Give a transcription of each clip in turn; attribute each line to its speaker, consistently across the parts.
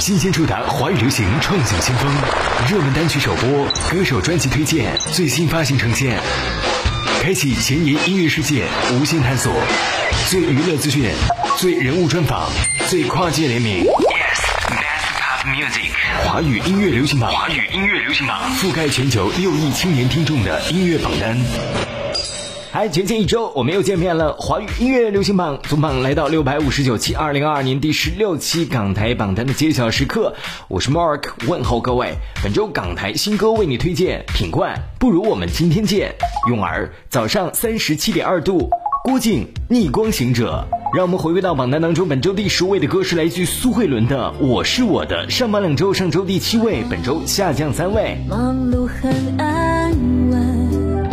Speaker 1: 新鲜触达华语流行创想先锋，热门单曲首播，歌手专辑推荐，最新发行呈现，开启前沿音乐世界无限探索，最娱乐资讯，最人物专访，最跨界联名。Yes，Best Pop Music， 华语音乐流行榜，覆盖全球6亿青年听众的音乐榜单。嗨，前一周我们又见面了。华语音乐流行榜总榜来到659期，2022年第16期港台榜单的揭晓时刻，我是 Mark， 问候各位。本周港台新歌为你推荐，品冠不如我们今天见，咏儿早上37.2度，郭靖逆光行者。让我们回归到榜单当中，本周第10位的歌是来自苏慧伦的《我是我的》，上榜2周，上周第7位，本周下降3位。
Speaker 2: 忙碌很安稳，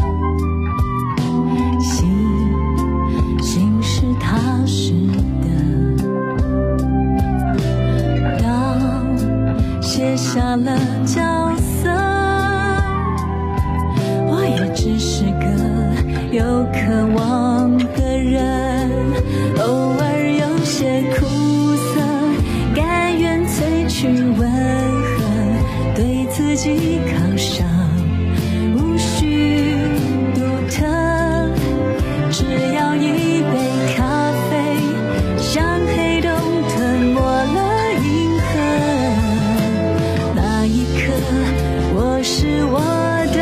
Speaker 2: 心是踏实的，当写下了角色，我也只是个有渴望的人，偶尔有些苦涩，甘愿萃取温和，对自己犒赏，无需独特，只要一杯咖啡，像黑洞吞没了银河，那一刻我是我的，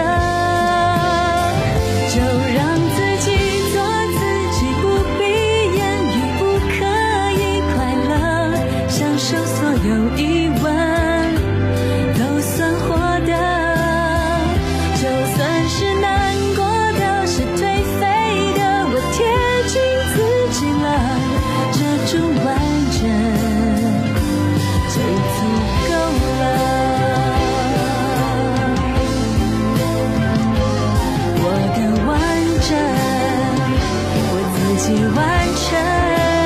Speaker 2: 就让自己做自己，不必言语，不可以快乐，享受所有疑问都算活的，就算是难过的，是颓废的，我贴近自己了，这种完整就足够了，我的完整我自己完成。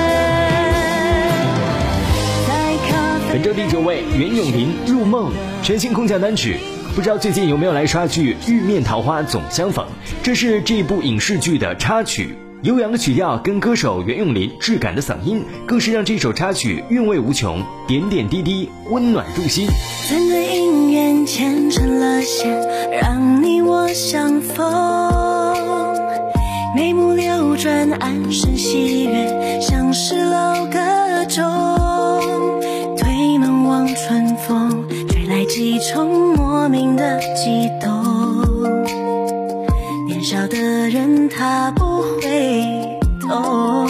Speaker 1: 本周第9位，袁咏琳《入梦》，全新空降单曲。不知道最近有没有来刷剧《玉面桃花总相逢》，这是这部影视剧的插曲。悠扬的曲调跟歌手袁咏琳质感的嗓音，更是让这首插曲韵味无穷，点点滴滴温暖入心。
Speaker 2: 怎对姻缘牵成了线，让你我相逢，眉目流转，暗生喜悦，像是老歌中，推门望春风，吹来几重莫名的悸动，年少的人他不会懂，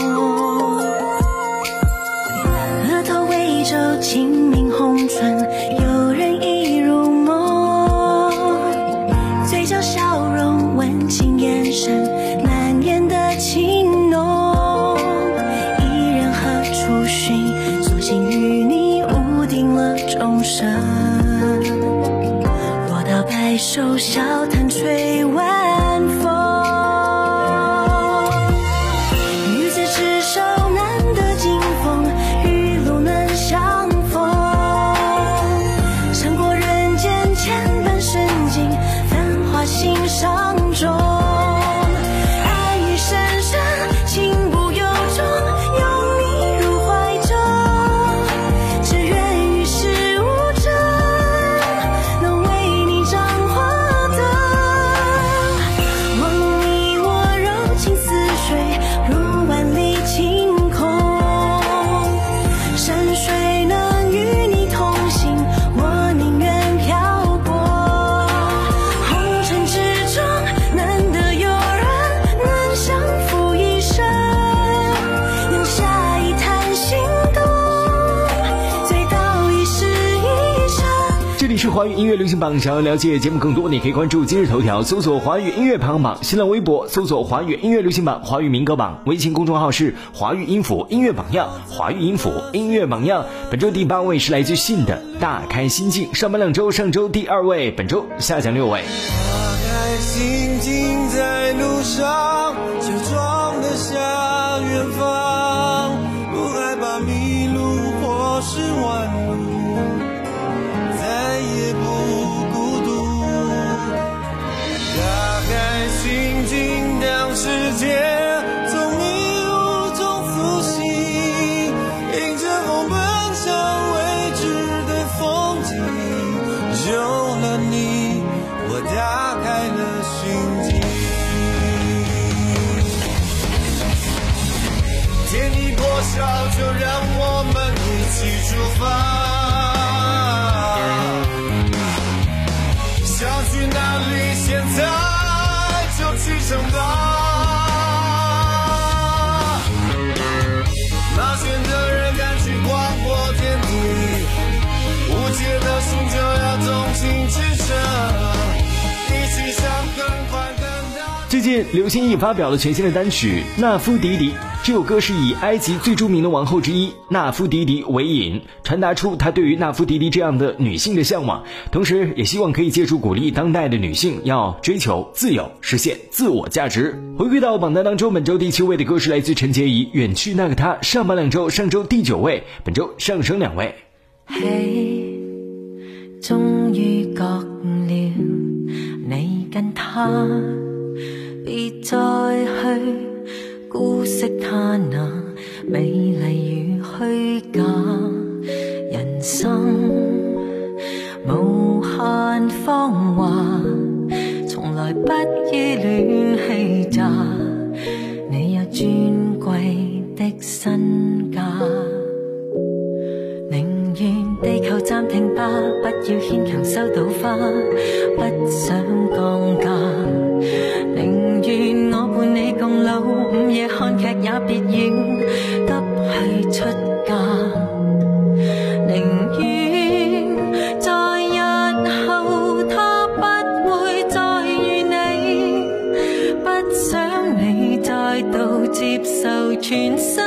Speaker 2: 额头微皱，清明红唇，有人已入梦，嘴角笑容，温情眼神，难言的情浓，一人何处寻，索性与你无定了终生，若到白首笑谈吹晚风，与子咫手难得金风，雨露能相逢，胜过人间千般深情，繁华心上中，爱与深深，情不由衷，拥你入怀中，只愿与世无争，能为你张花灯，望你我柔情似水，如万里晴空，山水能与你同行，我宁愿漂泊，红尘之中难得有人能相负一生，留下一坛心动，醉倒已是一生。
Speaker 1: 这里是华语音乐流行榜，想要了解节目更多，你可以关注今日头条，搜索华语音乐排行榜，新浪微博搜索华语音乐流行榜、华语民歌榜，微信公众号是华语音符音乐榜样，华语音符音乐榜样。本周第8位是来自信的《大开心境》，上榜2周，上周第2位，本周下降6位。
Speaker 3: 打开心境，在路上就装得下远方，不害怕迷路或是弯路，再也不孤独。打开心境，让世界从迷雾中苏醒，迎着风奔向未知的少就让我们一起出发，想去哪里现在就去乘搭。冒险的人敢去广阔天地，无解的心就要纵情驰骋，一起向更快更大。
Speaker 1: 最近刘心毅发表了全新的单曲《纳夫迪迪》，这首歌是以埃及最著名的王后之一纳夫迪迪为引，传达出他对于纳夫迪迪这样的女性的向往，同时也希望可以借助鼓励当代的女性要追求自由，实现自我价值。回归到榜单当中，本周第7位的歌是来自陈洁仪《远去那个他》，上榜2周，上周第9位，本周上升2位。
Speaker 2: 嘿，終於覺了你跟他別再去姑息他那美麗與虛假，人生無限芳華，從來不依戀欺詐，你有尊貴的身價，寧願地球暫停吧，不要牽強收到花，不想降價，寧願我伴你共老，午夜看劇也別要急去出嫁，寧願在日後他不會再遇你，不想你再度接受全身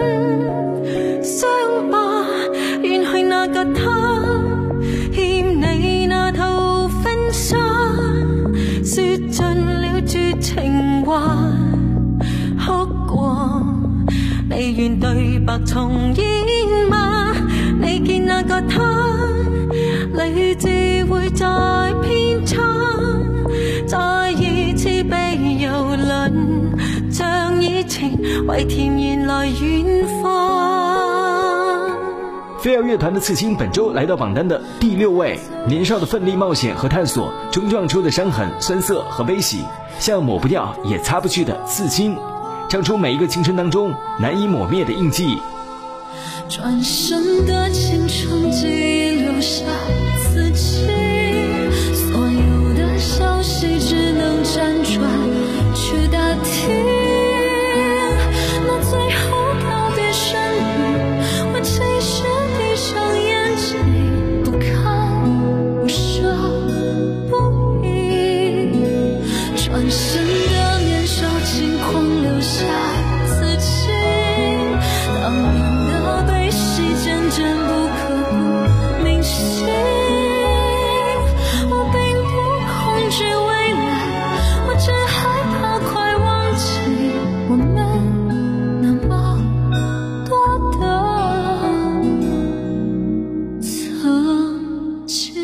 Speaker 2: 傷疤，願去那個他欠你那套婚紗，說盡了絕情話，哭過你願對白重演嗎？你見那個他理智會再偏差，再二次被蹂躪，像以前為甜言來軟化。
Speaker 1: 飛兒樂團的刺青本周來到榜單的第6位，年少的奮力冒險和探索衝撞出的傷痕、酸澀和悲喜，像抹不掉也擦不去的刺青，唱出每一個青春當中難以抹滅的印記。
Speaker 2: 轉身的青春記憶留下刺青，所有的消息只能輾轉去打聽，那最後告別身影，我其實閉上眼睛，不看不說不應，轉身的年少輕狂留下刺青，當年的悲喜漸漸不刻骨銘心，我並不恐懼未來，我只害怕快忘記我們那麼多的曾經。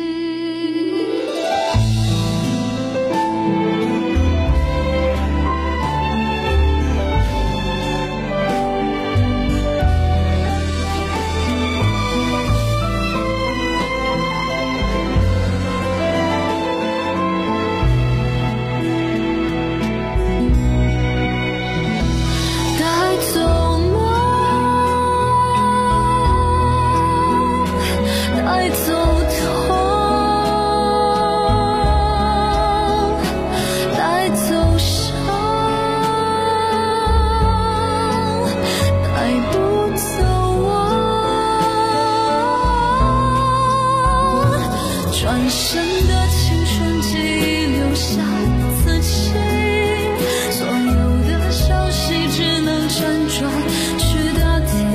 Speaker 2: 轉身的青春記憶留下刺青，所有的消息只能輾轉去打聽，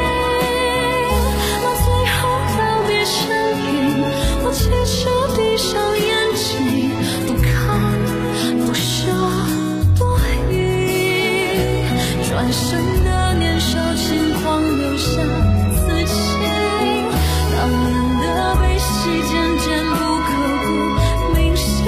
Speaker 2: 那最後告別身影，我其實閉上眼睛，不看不說不應，轉身的年少輕狂留下刺青，當年的悲喜漸漸不刻骨銘心，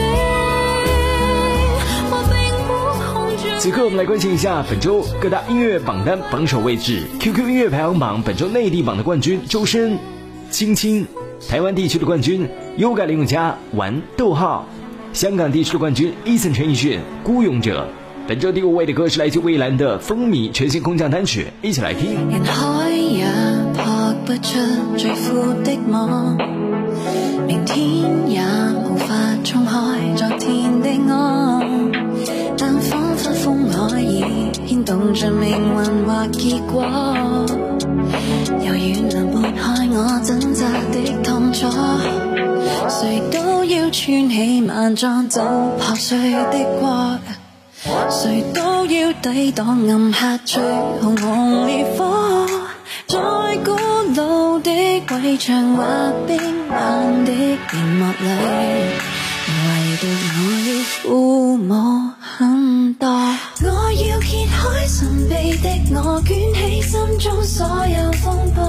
Speaker 2: 我並不恐懼。
Speaker 1: 此刻我們來關心一下本周各大音樂榜單榜首位置。 QQ 音樂排行榜本周內地榜的冠軍周深青青，台灣地區的冠軍優改林宥嘉玩逗號，香港地區的冠軍Eason陳奕迅孤勇者， 本周第5位的歌是来自蔚蓝的《风靡》全新空降单曲，一起来听。
Speaker 2: 人海也拍不出最闊的網，明天也無法衝開昨天的我，但彷彿風海已牽動着命運或結果，猶如能撥開我掙扎的痛楚，誰都要穿起萬丈就破碎的國，誰都要抵擋暗黑最紅紅烈火，在古老的圍牆或冰冷的熒幕裏，唯獨我要撫摸很多，我要揭開神秘的我，捲起心中所有風波，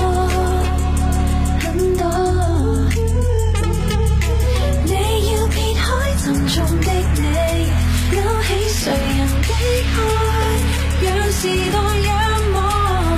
Speaker 2: 很多，你要撇開沉重的你，勾起誰人的愛，讓時代仰望，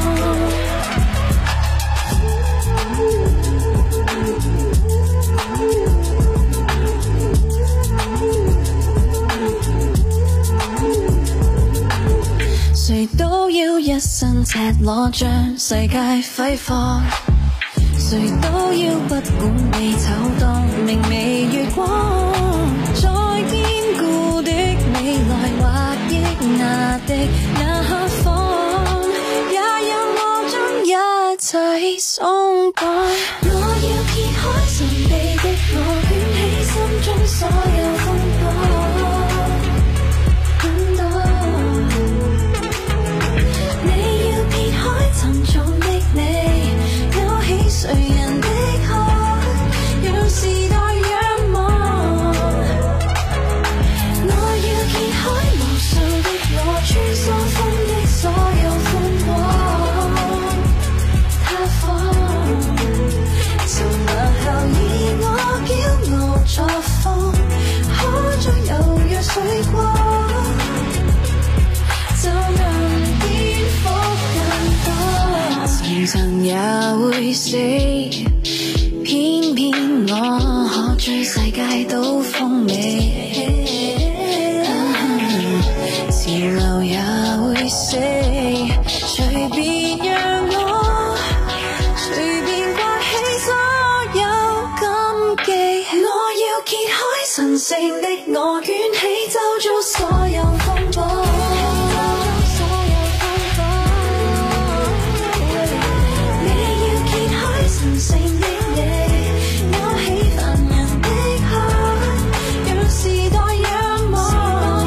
Speaker 2: 誰都要一身赤裸將世界揮霍，誰都要不管你醜當明媚月光，再堅固的未來或抑壓的那方，也讓我將一切鬆綁，我要揭開神秘的我，捲起心中所有風波，沉重的你，勾起誰人的愛，讓時代仰望，我要揭開無數的我，穿梭風的所有風光，他方沉默後以我驕傲作風，可將柔弱水光，就能顛覆更多，前塵也會死，偏偏我可追世界都風美，潮流也會死，隨便讓我隨便刮起所有禁忌，我要揭開神聖的我，捲起周遭所有風波，神聖的你，勾起凡人的愛，讓時代仰望，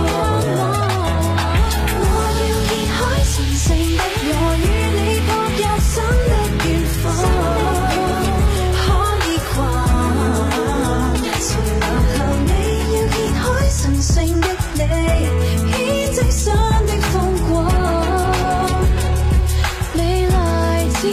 Speaker 2: 我要揭開神聖的我，與你撲入新的遠方，可以逛，沉默後你要揭開神聖的你，編織新的風光，未來自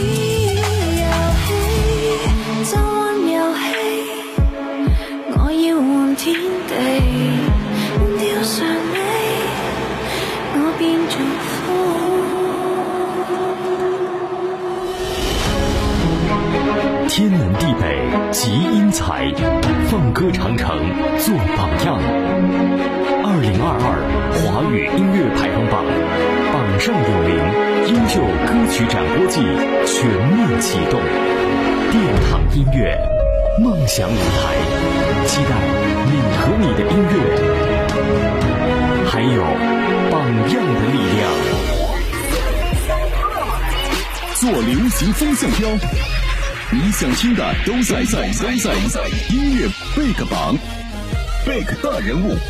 Speaker 2: 周溫遊戲，我要換天地，丟上你，我變做
Speaker 1: 風。天南地北集英才，放歌長城做榜樣。2022華語音樂排行榜榜上有名，優秀歌曲展播季全面啟動。殿堂音樂，夢想舞台，期待你和你的音樂，還有榜樣的力量。做流行風向標，你想聽的都在音樂貝克榜，貝克大人物。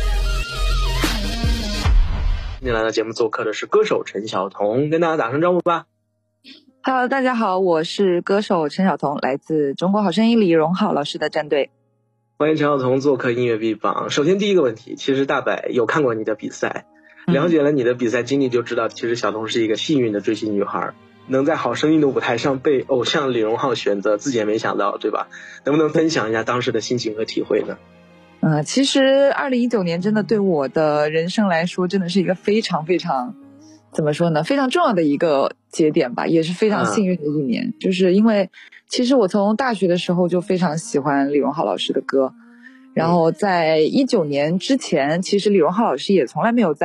Speaker 4: 今天来到节目做客的是歌手陈晓彤，跟大家打声招呼吧。
Speaker 5: Hello， 大家好，我是歌手陈晓彤，来自中国好声音李荣浩老师的战队。
Speaker 4: 欢迎陈晓彤做客音乐 B 榜。首先第一个问题，其实大柏有看过你的比赛，了解了你的比赛经历，就知道其实晓彤是一个幸运的追星女孩，能在好声音的舞台上被偶像李荣浩选择，自己也没想到，对吧？能不能分享一下当时的心情和体会呢？
Speaker 5: 其实2019年真的对我的人生来说，真的是一个非常非常怎么说呢，非常重要的一个节点吧，也是非常幸运的一年。就是因为其实我从大学的时候就非常喜欢李荣浩老师的歌，然后在19年之前，其实李荣浩老师也从来没有在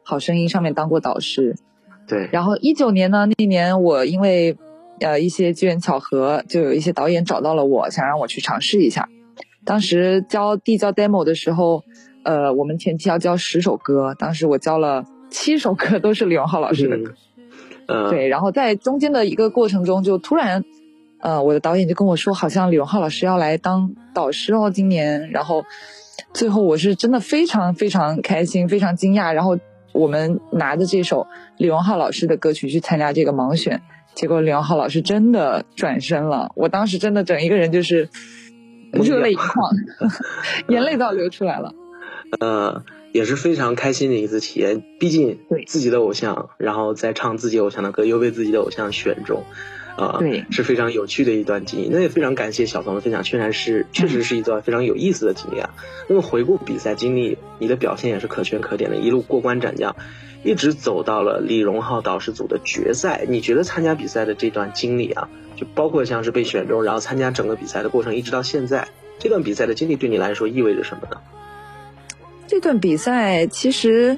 Speaker 5: 好声音上面当过导师。
Speaker 4: 对，
Speaker 5: 然后19年呢，那年我因为一些机缘巧合，就有一些导演找到了我，想让我去尝试一下。当时递交 demo 的时候，我们前期要交10首歌，当时我交了7首歌，都是李荣浩老师的歌。对，然后在中间的一个过程中，就突然，我的导演就跟我说，好像李荣浩老师要来当导师哦，今年。然后最后我是真的非常非常开心，非常惊讶。然后我们拿着这首李荣浩老师的歌曲去参加这个盲选，结果李荣浩老师真的转身了，我当时真的整一个人就是热泪盈眶，眼泪都要流出来了。
Speaker 4: 也是非常开心的一次体验，毕竟自己的偶像，然后再唱自己偶像的歌，又被自己的偶像选中，对，是非常有趣的一段经历。那也非常感谢小彤的分享，确实是一段非常有意思的经历啊。那么回顾比赛经历，你的表现也是可圈可点的，一路过关斩将，一直走到了李荣浩导师组的决赛。你觉得参加比赛的这段经历啊，就包括像是被选中，然后参加整个比赛的过程，一直到现在，这段比赛的经历对你来说意味着什么呢？
Speaker 5: 这段比赛其实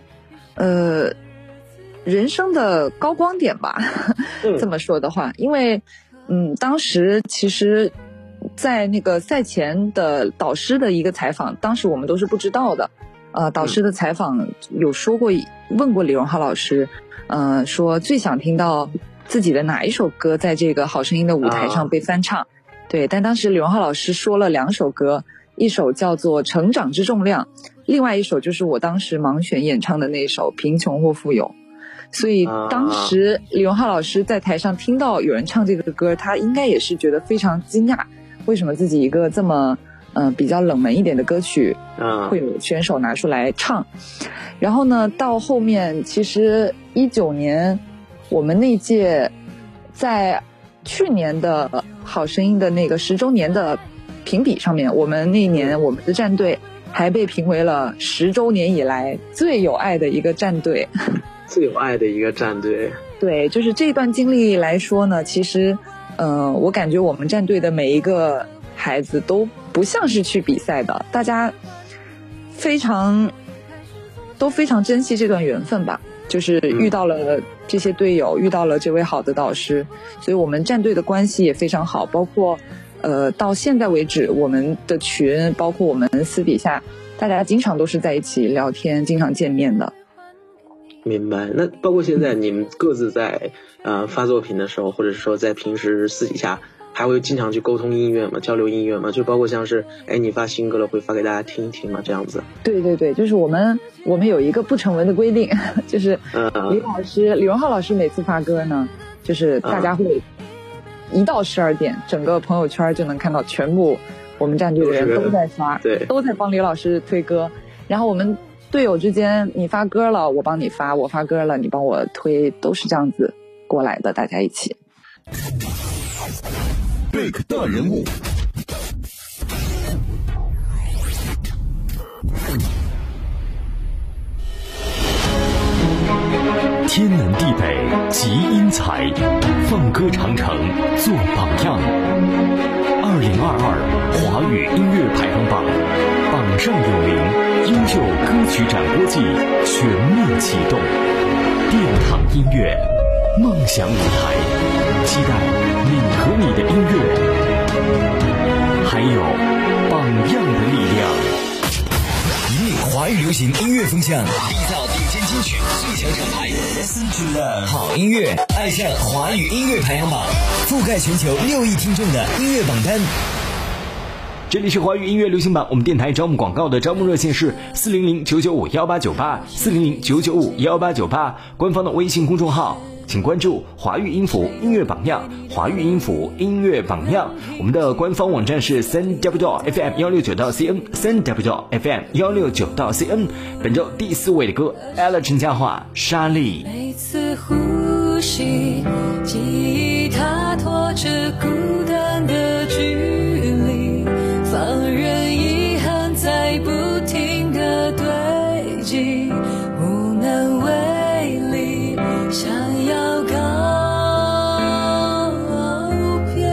Speaker 5: 人生的高光点吧，这么说的话，因为当时其实在那个赛前的导师的一个采访，当时我们都是不知道的。导师的采访有问过李荣浩老师，说最想听到自己的哪一首歌在这个好声音的舞台上被翻唱。对，但当时李荣浩老师说了2首歌，一首叫做《成长之重量》，另外一首就是我当时盲选演唱的那首《贫穷或富有》。所以当时李荣浩老师在台上听到有人唱这个歌，他应该也是觉得非常惊讶，为什么自己一个这么比较冷门一点的歌曲会有选手拿出来唱。然后呢，到后面其实19年我们那届在去年的好声音的那个10周年的评比上面，我们那一年我们的战队还被评为了10周年以来最有爱的一个战队。
Speaker 4: 最有爱的一个战队。
Speaker 5: 对，就是这段经历来说呢，其实我感觉我们战队的每一个孩子都不像是去比赛的，大家都非常珍惜这段缘分吧，就是遇到了这些队友，遇到了这位好的导师，所以我们战队的关系也非常好，包括到现在为止，我们的群包括我们私底下大家经常都是在一起聊天，经常见面的。
Speaker 4: 明白。那包括现在你们各自在发作品的时候，或者是说在平时私底下还会经常去沟通音乐吗？交流音乐吗？就包括像是你发新歌了会发给大家听一听吗？这样子。对对对，
Speaker 5: 就是我们有一个不成文的规定，就是李荣浩老师每次发歌呢，就是大家会1到12点，整个朋友圈就能看到全部我们战队的人都在发，对，都在帮李老师推歌。然后我们队友之间，你发歌了我帮你发，我发歌了你帮我推，都是这样子过来的，大家一起。
Speaker 1: 贝克大人物，天南地北集英才，放歌长城做榜样。2022华语音乐排行榜榜上有名，优秀歌曲展播季全面启动，殿堂音乐梦想舞台，期待你和你的音乐，还有榜样的力量。引领华语流行音乐风向，缔造顶尖金曲最强厂牌， Listen to Love 好音乐，爱上华语音乐排行榜，覆盖全球6亿听众的音乐榜单。这里是华语音乐流行榜，我们电台招募广告的招募热线是400-995-1898 400-995-1898，官方的微信公众号请关注华语音符音乐榜样，华语音符音乐榜样。我们的官方网站是 3w.fm169.cn 3w.fm169.cn。 本周第4位的歌 Ella 陈嘉桦沙粒。
Speaker 2: 每次呼吸，记忆它拖着孤单的距离，放任遗憾在不停的堆积，无能为力，想要告别。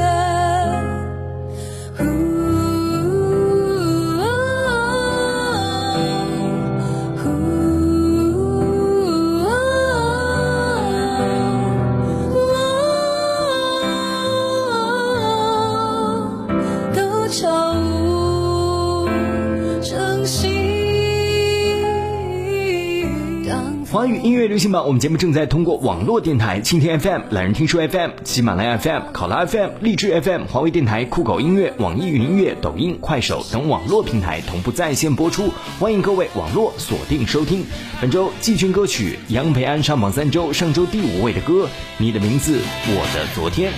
Speaker 2: 悄无声息。
Speaker 1: 华语音乐流行榜，我们节目正在通过网络电台蜻蜓 FM、懒人听书 FM、喜马拉雅 FM、考拉 FM、荔枝 FM、华为电台、酷狗音乐、网易云音乐、抖音、快手等网络平台同步在线播出，欢迎各位网络锁定收听。本周季军歌曲杨培安上榜3周，上周第5位的歌《你的名字我的昨天》。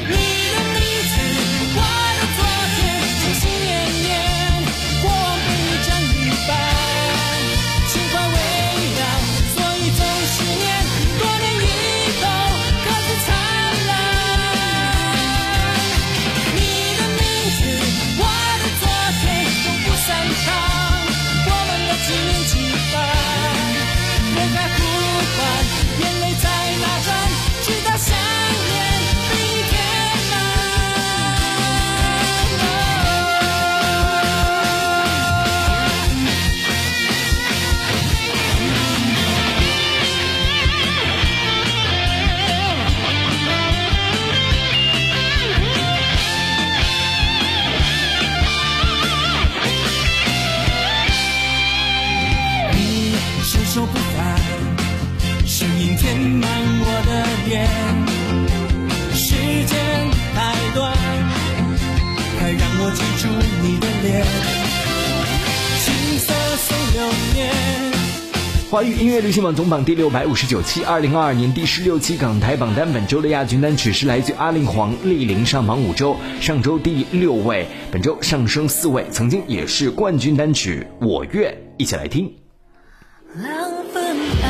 Speaker 3: 手不凡，声音填满我的脸，时间太短，快让我记住你的脸，青涩随流年。
Speaker 1: 华语音乐流行榜总榜第659期，2022年第16期港台榜单。本周的亚军单曲是来自阿令黄、丽玲，上榜5周，上周第6位，本周上升4位，曾经也是冠军单曲《我愿》，一起来听。
Speaker 2: 2分爱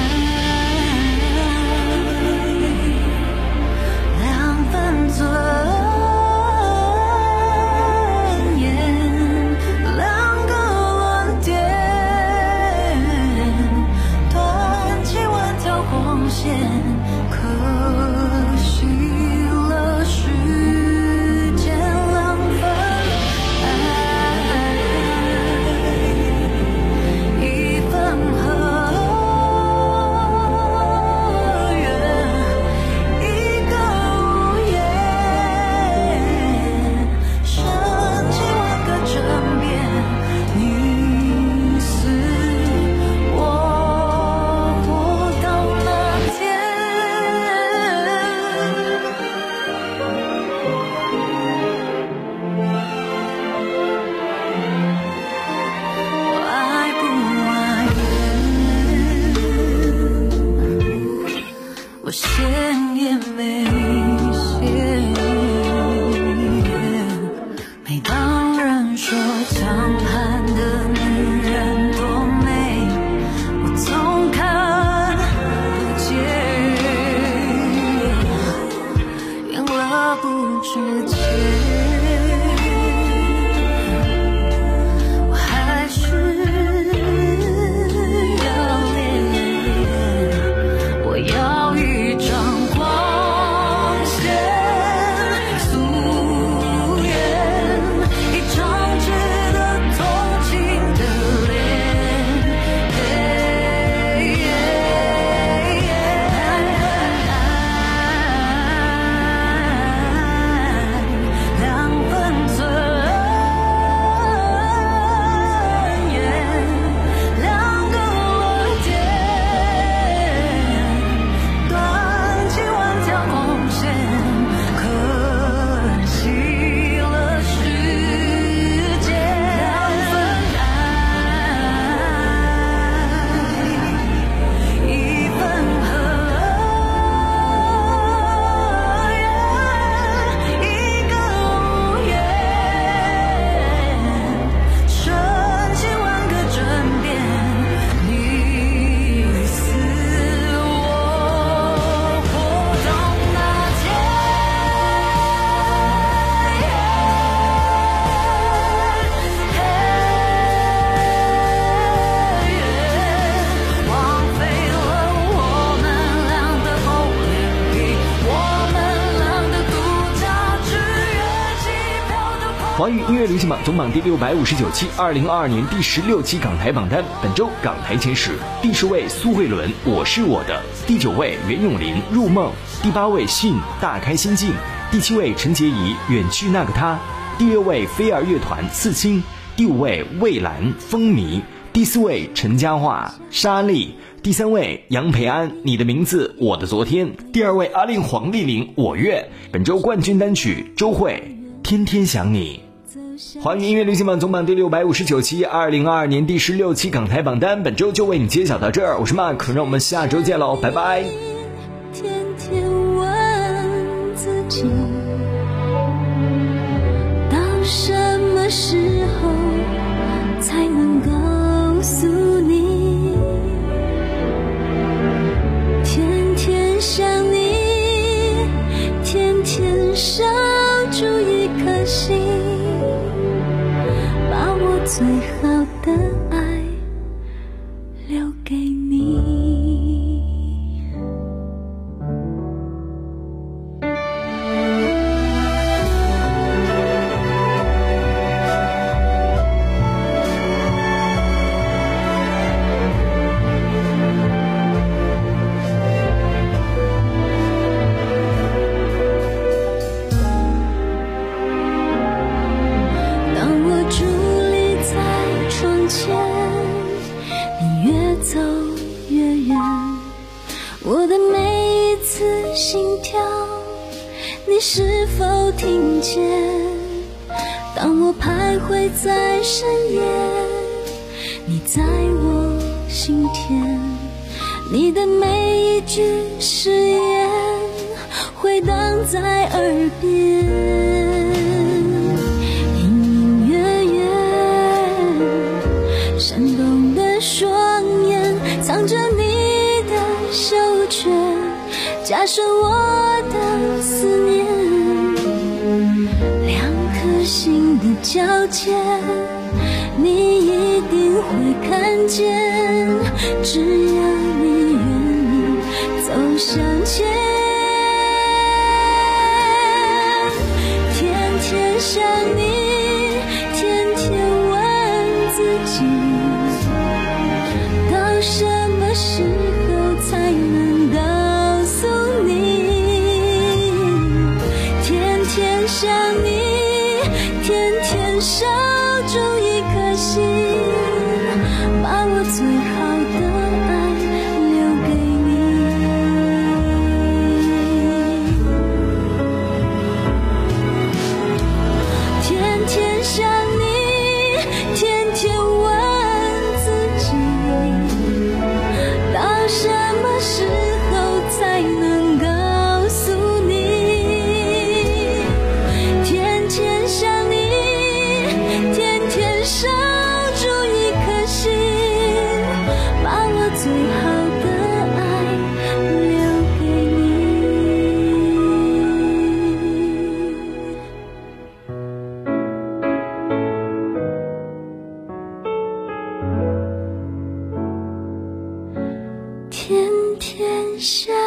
Speaker 2: ，2分尊严，2个论点，断起万条红线，可惜了时间，2分爱，1分恨。我嫌也没嫌，每当人说强悍的女人多美，我总看不见，演了不值钱，我还是要练，我要
Speaker 1: 华语音乐流行榜总榜第659期，2022年第16期港台榜单。本周港台前10，第10位苏慧伦《我是我的》，第9位袁咏琳《入梦》，第8位信《大开心境》，第7位陈洁仪《远去那个他》， 第6位飞儿乐团刺青，第5位蔚蓝风靡，第4位陈嘉桦沙粒，第3位杨培安你的名字我的昨天，第2位阿令黄丽玲我愿。本周冠军单曲周蕙天天想你。华语音乐流行榜总榜第659期，2022年第16期港台榜单，本周就为你揭晓到这儿。我是 Mark， 让我们下周见喽，拜拜。
Speaker 2: 天天问自己，到什么时候才能告诉你，天天想你，天天守住一颗心，把我最好的爱留给你。走越远，我的每一次心跳，你是否听见？当我徘徊在深夜，你在我心田，你的每一句誓言回荡在耳边。隐隐约约闪动的双眼，藏着你的手拳，加深我的思念。两颗心的交界，你一定会看见，只要你愿意走向前。天天想你，天天问自己，到什么时候才能告诉你？天天想你，天天守住一颗心，把我最好的爱留给你。天天想你，天天问自己，到什么时候才能告诉你？天天想你，天天守住一颗心，把我最好的爱留给你。天天想